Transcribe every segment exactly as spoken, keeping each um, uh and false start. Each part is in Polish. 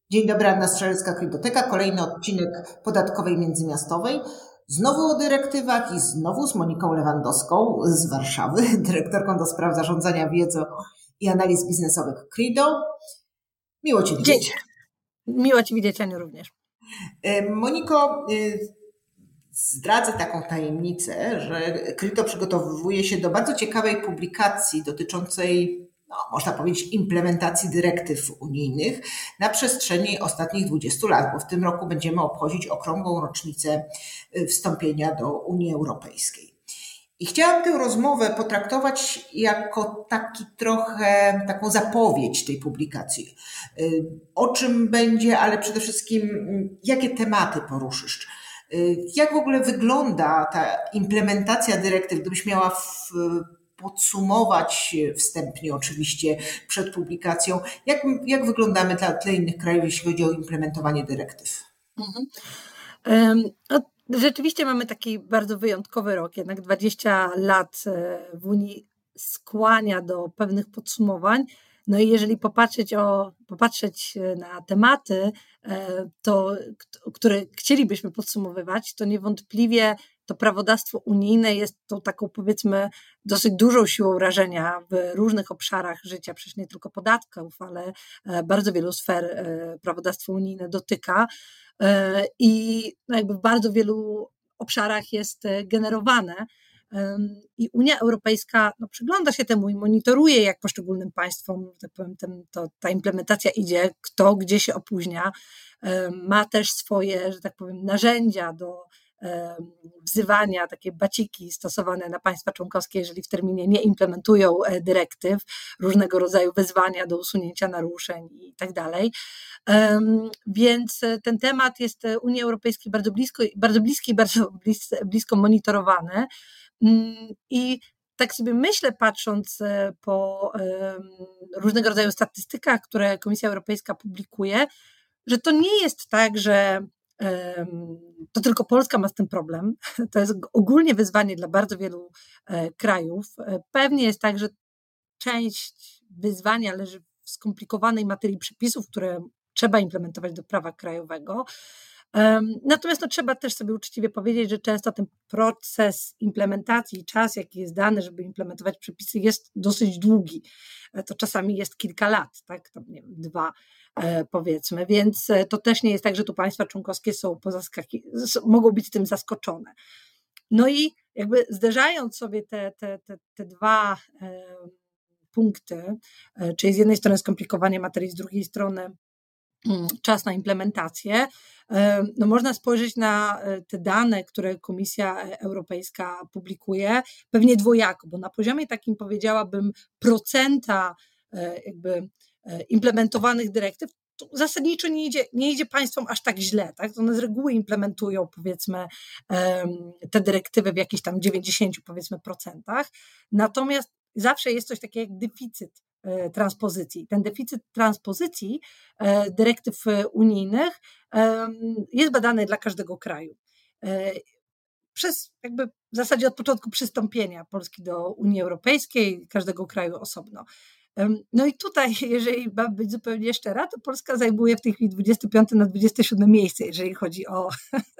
Dzień dobry, Anna Strzelecka, Kryptoteka. Kolejny odcinek podatkowej międzymiastowej. Znowu o dyrektywach i znowu z Moniką Lewandowską z Warszawy, dyrektorką do spraw zarządzania wiedzą i analiz biznesowych Credo. Miło Cię widzieć. Dzień. Miło Cię widzieć, Aniu, również. Moniko, zdradzę taką tajemnicę, że Credo przygotowuje się do bardzo ciekawej publikacji dotyczącej, no, można powiedzieć, implementacji dyrektyw unijnych na przestrzeni ostatnich dwudziestu lat, bo w tym roku będziemy obchodzić okrągłą rocznicę wstąpienia do Unii Europejskiej. I chciałam tę rozmowę potraktować jako taki trochę, taką zapowiedź tej publikacji. O czym będzie, ale przede wszystkim jakie tematy poruszysz. Jak w ogóle wygląda ta implementacja dyrektyw, gdybyś miała w, podsumować wstępnie oczywiście przed publikacją, jak, jak wyglądamy dla, dla innych krajów, jeśli chodzi o implementowanie dyrektyw? Mhm. Um, no, rzeczywiście mamy taki bardzo wyjątkowy rok, jednak dwadzieścia lat w Unii skłania do pewnych podsumowań. No i jeżeli popatrzeć, o, popatrzeć na tematy, to, które chcielibyśmy podsumowywać, to niewątpliwie to prawodawstwo unijne jest tą taką, powiedzmy, dosyć dużą siłą rażenia w różnych obszarach życia, przecież nie tylko podatków, ale bardzo wielu sfer prawodawstwo unijne dotyka i jakby w bardzo wielu obszarach jest generowane. I Unia Europejska no, przygląda się temu i monitoruje, jak poszczególnym państwom tak powiem, ten, to, ta implementacja idzie, kto gdzie się opóźnia. Ma też swoje, że tak powiem, narzędzia do wzywania, takie baciki stosowane na państwa członkowskie, jeżeli w terminie nie implementują dyrektyw, różnego rodzaju wezwania do usunięcia naruszeń i tak dalej. Więc ten temat jest Unii Europejskiej bardzo blisko, bardzo bliski i bardzo blisko monitorowany. I tak sobie myślę, patrząc po różnego rodzaju statystykach, które Komisja Europejska publikuje, że to nie jest tak, że to tylko Polska ma z tym problem. To jest ogólnie wyzwanie dla bardzo wielu krajów. Pewnie jest tak, że część wyzwania leży w skomplikowanej materii przepisów, które trzeba implementować do prawa krajowego. Natomiast no, trzeba też sobie uczciwie powiedzieć, że często ten proces implementacji, czas, jaki jest dany, żeby implementować przepisy, jest dosyć długi. To czasami jest kilka lat, tak? Tam, nie wiem, dwa powiedzmy, więc to też nie jest tak, że tu państwa członkowskie są pozaskaki- mogą być tym zaskoczone. No i jakby zderzając sobie te, te, te, te dwa e, punkty, e, czyli z jednej strony skomplikowanie materii, z drugiej strony czas na implementację, no można spojrzeć na te dane, które Komisja Europejska publikuje, pewnie dwojako, bo na poziomie takim powiedziałabym procenta jakby implementowanych dyrektyw, to zasadniczo nie idzie, nie idzie państwom aż tak źle, tak? One z reguły implementują powiedzmy te dyrektywy w jakichś tam dziewięćdziesięciu powiedzmy procentach, natomiast zawsze jest coś takiego jak deficyt transpozycji. Ten deficyt transpozycji dyrektyw unijnych jest badany dla każdego kraju. Przez jakby w zasadzie od początku przystąpienia Polski do Unii Europejskiej, każdego kraju osobno. No i tutaj, jeżeli mam być zupełnie szczera, to Polska zajmuje w tej chwili dwudzieste piąte na dwudzieste siódme miejsce, jeżeli chodzi o,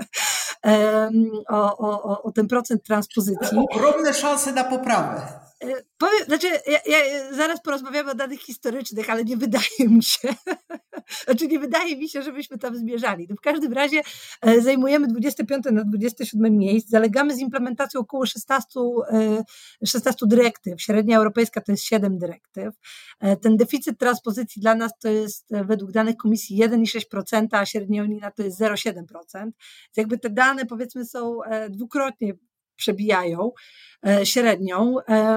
o, o, o ten procent transpozycji. Ogromne szanse na poprawę. Powiem, znaczy, ja, ja, zaraz porozmawiamy o danych historycznych, ale nie wydaje mi się, znaczy nie wydaje mi się, żebyśmy tam zmierzali. No w każdym razie zajmujemy dwudzieste piąte na dwudzieste siódme miejsce, zalegamy z implementacją około szesnastu dyrektyw, średnia europejska to jest siedem dyrektyw. Ten deficyt transpozycji dla nas to jest według danych Komisji jeden przecinek sześć procent, a średnia unijna to jest zero przecinek siedem procent. Więc jakby te dane powiedzmy są dwukrotnie przebijają średnią.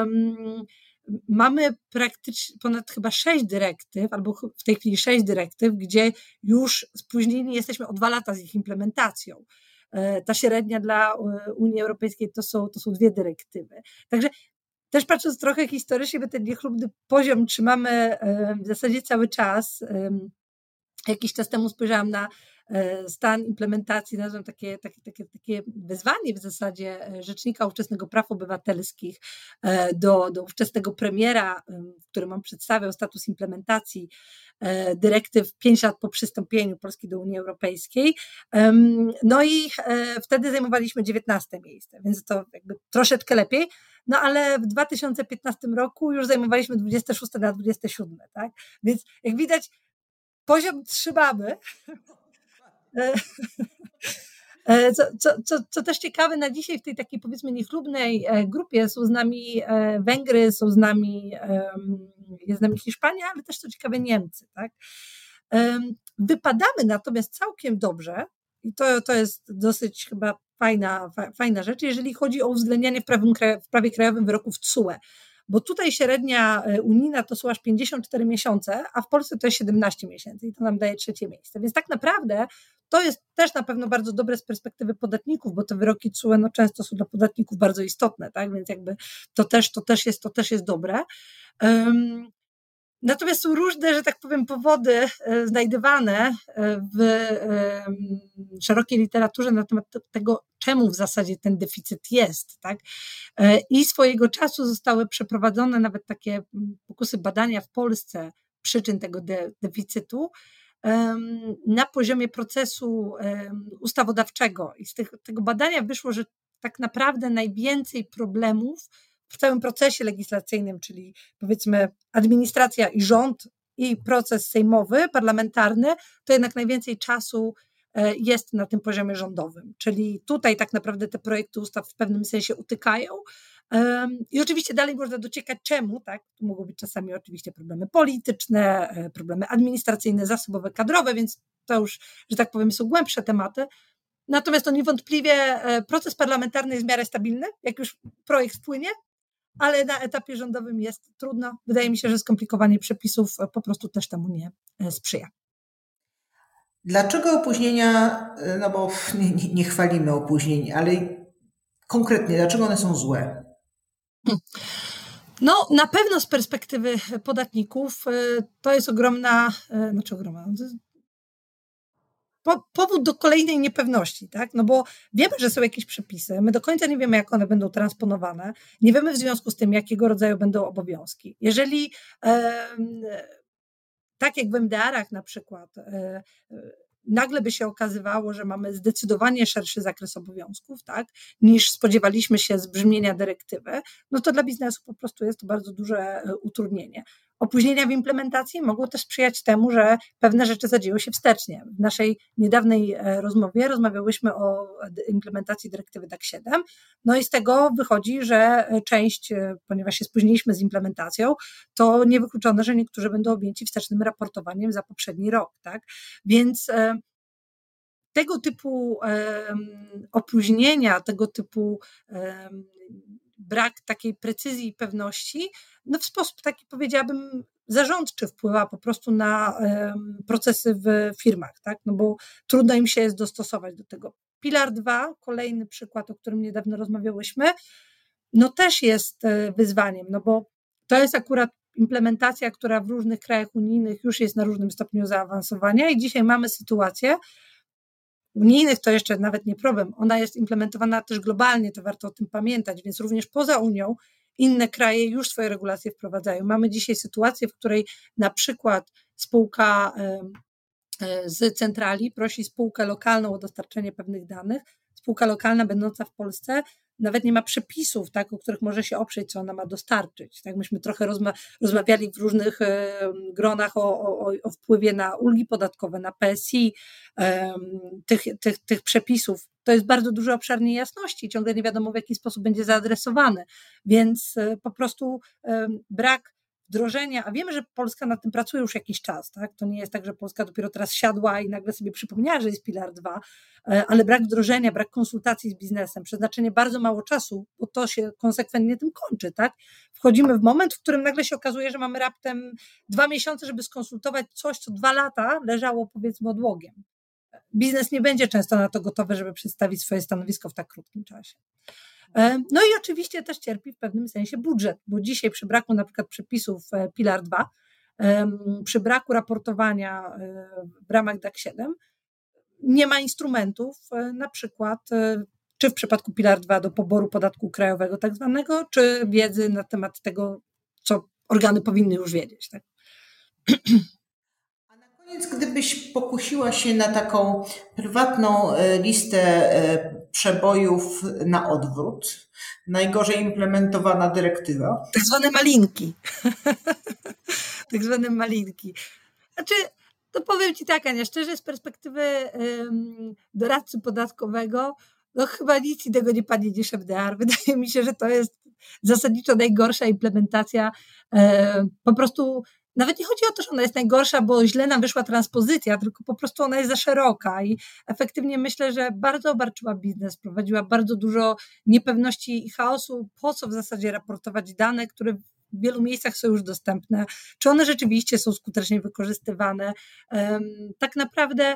Mamy praktycznie ponad chyba sześć dyrektyw, albo w tej chwili sześć dyrektyw, gdzie już spóźnieni jesteśmy o dwa lata z ich implementacją. Ta średnia dla Unii Europejskiej to są, to są dwie dyrektywy. Także też patrząc trochę historycznie, my ten niechlubny poziom trzymamy w zasadzie cały czas. Jakiś czas temu spojrzałam na stan implementacji, nazywam takie, takie, takie, takie wezwanie w zasadzie Rzecznika Ówczesnego Praw Obywatelskich do, do ówczesnego premiera, który on przedstawiał status implementacji dyrektyw pięć lat po przystąpieniu Polski do Unii Europejskiej. No i wtedy zajmowaliśmy dziewiętnaste miejsce, więc to jakby troszeczkę lepiej, no ale w dwa tysiące piętnastym roku już zajmowaliśmy dwudzieste szóste na dwudzieste siódme, tak? Więc jak widać, poziom trzymamy. Co, co, co, co też ciekawe, na dzisiaj w tej takiej powiedzmy niechlubnej grupie są z nami Węgry, są z nami, jest z nami Hiszpania, ale też co ciekawe Niemcy. Tak? Wypadamy natomiast całkiem dobrze i to, to jest dosyć chyba fajna, fajna rzecz, jeżeli chodzi o uwzględnianie w, prawym, w prawie krajowym wyroków T S U E. Bo tutaj średnia unijna to są aż pięćdziesiąt cztery miesiące, a w Polsce to jest siedemnaście miesięcy i to nam daje trzecie miejsce. Więc tak naprawdę to jest też na pewno bardzo dobre z perspektywy podatników, bo te wyroki T S U E no często są dla podatników bardzo istotne, tak? Więc jakby to też, to też jest, to też jest dobre. Um, Natomiast są różne, że tak powiem, powody znajdywane w szerokiej literaturze na temat tego, czemu w zasadzie ten deficyt jest. Tak? I swojego czasu zostały przeprowadzone nawet takie pokusy badania w Polsce przyczyn tego de- deficytu na poziomie procesu ustawodawczego. I z tych, tego badania wyszło, że tak naprawdę najwięcej problemów w całym procesie legislacyjnym, czyli powiedzmy administracja i rząd i proces sejmowy, parlamentarny, to jednak najwięcej czasu jest na tym poziomie rządowym. Czyli tutaj tak naprawdę te projekty ustaw w pewnym sensie utykają. I oczywiście dalej można dociekać czemu, tak? Tu mogą być czasami oczywiście problemy polityczne, problemy administracyjne, zasobowe, kadrowe, więc to już, że tak powiem, są głębsze tematy. Natomiast to niewątpliwie proces parlamentarny jest w miarę stabilny, jak już projekt wpłynie, ale na etapie rządowym jest trudno. Wydaje mi się, że skomplikowanie przepisów po prostu też temu nie sprzyja. Dlaczego opóźnienia, no bo nie, nie chwalimy opóźnień, ale konkretnie, dlaczego one są złe? No na pewno z perspektywy podatników to jest ogromna, znaczy ogromna, powód do kolejnej niepewności, tak? No bo wiemy, że są jakieś przepisy, my do końca nie wiemy, jak one będą transponowane, nie wiemy w związku z tym, jakiego rodzaju będą obowiązki. Jeżeli e, tak jak w em de erach na przykład e, nagle by się okazywało, że mamy zdecydowanie szerszy zakres obowiązków, tak, niż spodziewaliśmy się z brzmienia dyrektywy, no to dla biznesu po prostu jest to bardzo duże utrudnienie. Opóźnienia w implementacji mogą też sprzyjać temu, że pewne rzeczy zadzieją się wstecznie. W naszej niedawnej rozmowie rozmawiałyśmy o implementacji dyrektywy D A C siedem, no i z tego wychodzi, że część, ponieważ się spóźniliśmy z implementacją, to niewykluczone, że niektórzy będą objęci wstecznym raportowaniem za poprzedni rok, tak? Więc tego typu opóźnienia, tego typu brak takiej precyzji i pewności, no w sposób taki, powiedziałabym, zarządczy wpływa po prostu na procesy w firmach, tak? No bo trudno im się jest dostosować do tego. Pilar dwa, kolejny przykład, o którym niedawno rozmawiałyśmy, no też jest wyzwaniem, no bo to jest akurat implementacja, która w różnych krajach unijnych już jest na różnym stopniu zaawansowania i dzisiaj mamy sytuację, unijnych to jeszcze nawet nie problem, ona jest implementowana też globalnie, to warto o tym pamiętać, więc również poza Unią inne kraje już swoje regulacje wprowadzają. Mamy dzisiaj sytuację, w której na przykład spółka z centrali prosi spółkę lokalną o dostarczenie pewnych danych, spółka lokalna będąca w Polsce nawet nie ma przepisów, tak, o których może się oprzeć, co ona ma dostarczyć. Tak, myśmy trochę rozma- rozmawiali w różnych e, gronach o, o, o wpływie na ulgi podatkowe, na P S I, e, tych, tych, tych przepisów. To jest bardzo duży obszar niejasności, ciągle nie wiadomo, w jaki sposób będzie zaadresowany, więc e, po prostu e, brak wdrożenia, a wiemy, że Polska nad tym pracuje już jakiś czas, tak? To nie jest tak, że Polska dopiero teraz siadła i nagle sobie przypomniała, że jest pilar dwa, ale brak wdrożenia, brak konsultacji z biznesem, przeznaczenie bardzo mało czasu, bo to się konsekwentnie tym kończy, tak? Wchodzimy w moment, w którym nagle się okazuje, że mamy raptem dwa miesiące, żeby skonsultować coś, co dwa lata leżało, powiedzmy, odłogiem. Biznes nie będzie często na to gotowy, żeby przedstawić swoje stanowisko w tak krótkim czasie. No i oczywiście też cierpi w pewnym sensie budżet, bo dzisiaj przy braku na przykład przepisów pilar dwa, przy braku raportowania w ramach D A C siedem, nie ma instrumentów, na przykład czy w przypadku Pilar dwa do poboru podatku krajowego tak zwanego, czy wiedzy na temat tego, co organy powinny już wiedzieć. Tak? A na koniec, gdybyś pokusiła się na taką prywatną listę przebojów na odwrót, najgorzej implementowana dyrektywa. Tak zwane malinki. tak zwane malinki. Znaczy, to powiem Ci tak, Ania, szczerze z perspektywy um, doradcy podatkowego, no chyba nic innego nie padnie niż F D R. Wydaje mi się, że to jest zasadniczo najgorsza implementacja. E, po prostu nawet nie chodzi o to, że ona jest najgorsza, bo źle nam wyszła transpozycja, tylko po prostu ona jest za szeroka i efektywnie myślę, że bardzo obarczyła biznes, prowadziła bardzo dużo niepewności i chaosu. Po co w zasadzie raportować dane, które w wielu miejscach są już dostępne, czy one rzeczywiście są skutecznie wykorzystywane. Tak naprawdę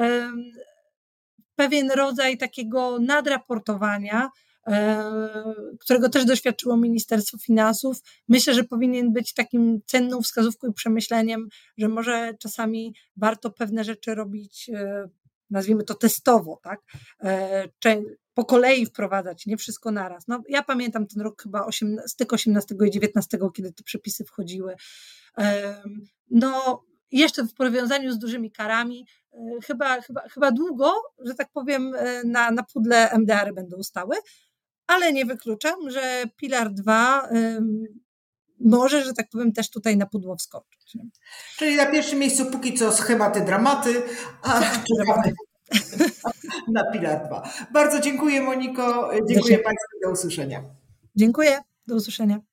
pewien rodzaj takiego nadraportowania, którego też doświadczyło Ministerstwo Finansów, myślę, że powinien być takim cenną wskazówką i przemyśleniem, że może czasami warto pewne rzeczy robić, nazwijmy to testowo, tak? Po kolei wprowadzać, nie wszystko naraz. No, ja pamiętam ten rok chyba styk osiemnastego i dziewiętnastego, kiedy te przepisy wchodziły. No, jeszcze w powiązaniu z dużymi karami, chyba, chyba, chyba długo, że tak powiem, na, na pudle M D R-y będą stały, ale nie wykluczam, że Pilar dwa może, że tak powiem, też tutaj na pudło wskoczyć. Czyli na pierwszym miejscu póki co schematy, dramaty, a czekamy na Pilar dwa. Bardzo dziękuję, Moniko. Dziękuję Państwu. Do usłyszenia. Dziękuję. Do usłyszenia.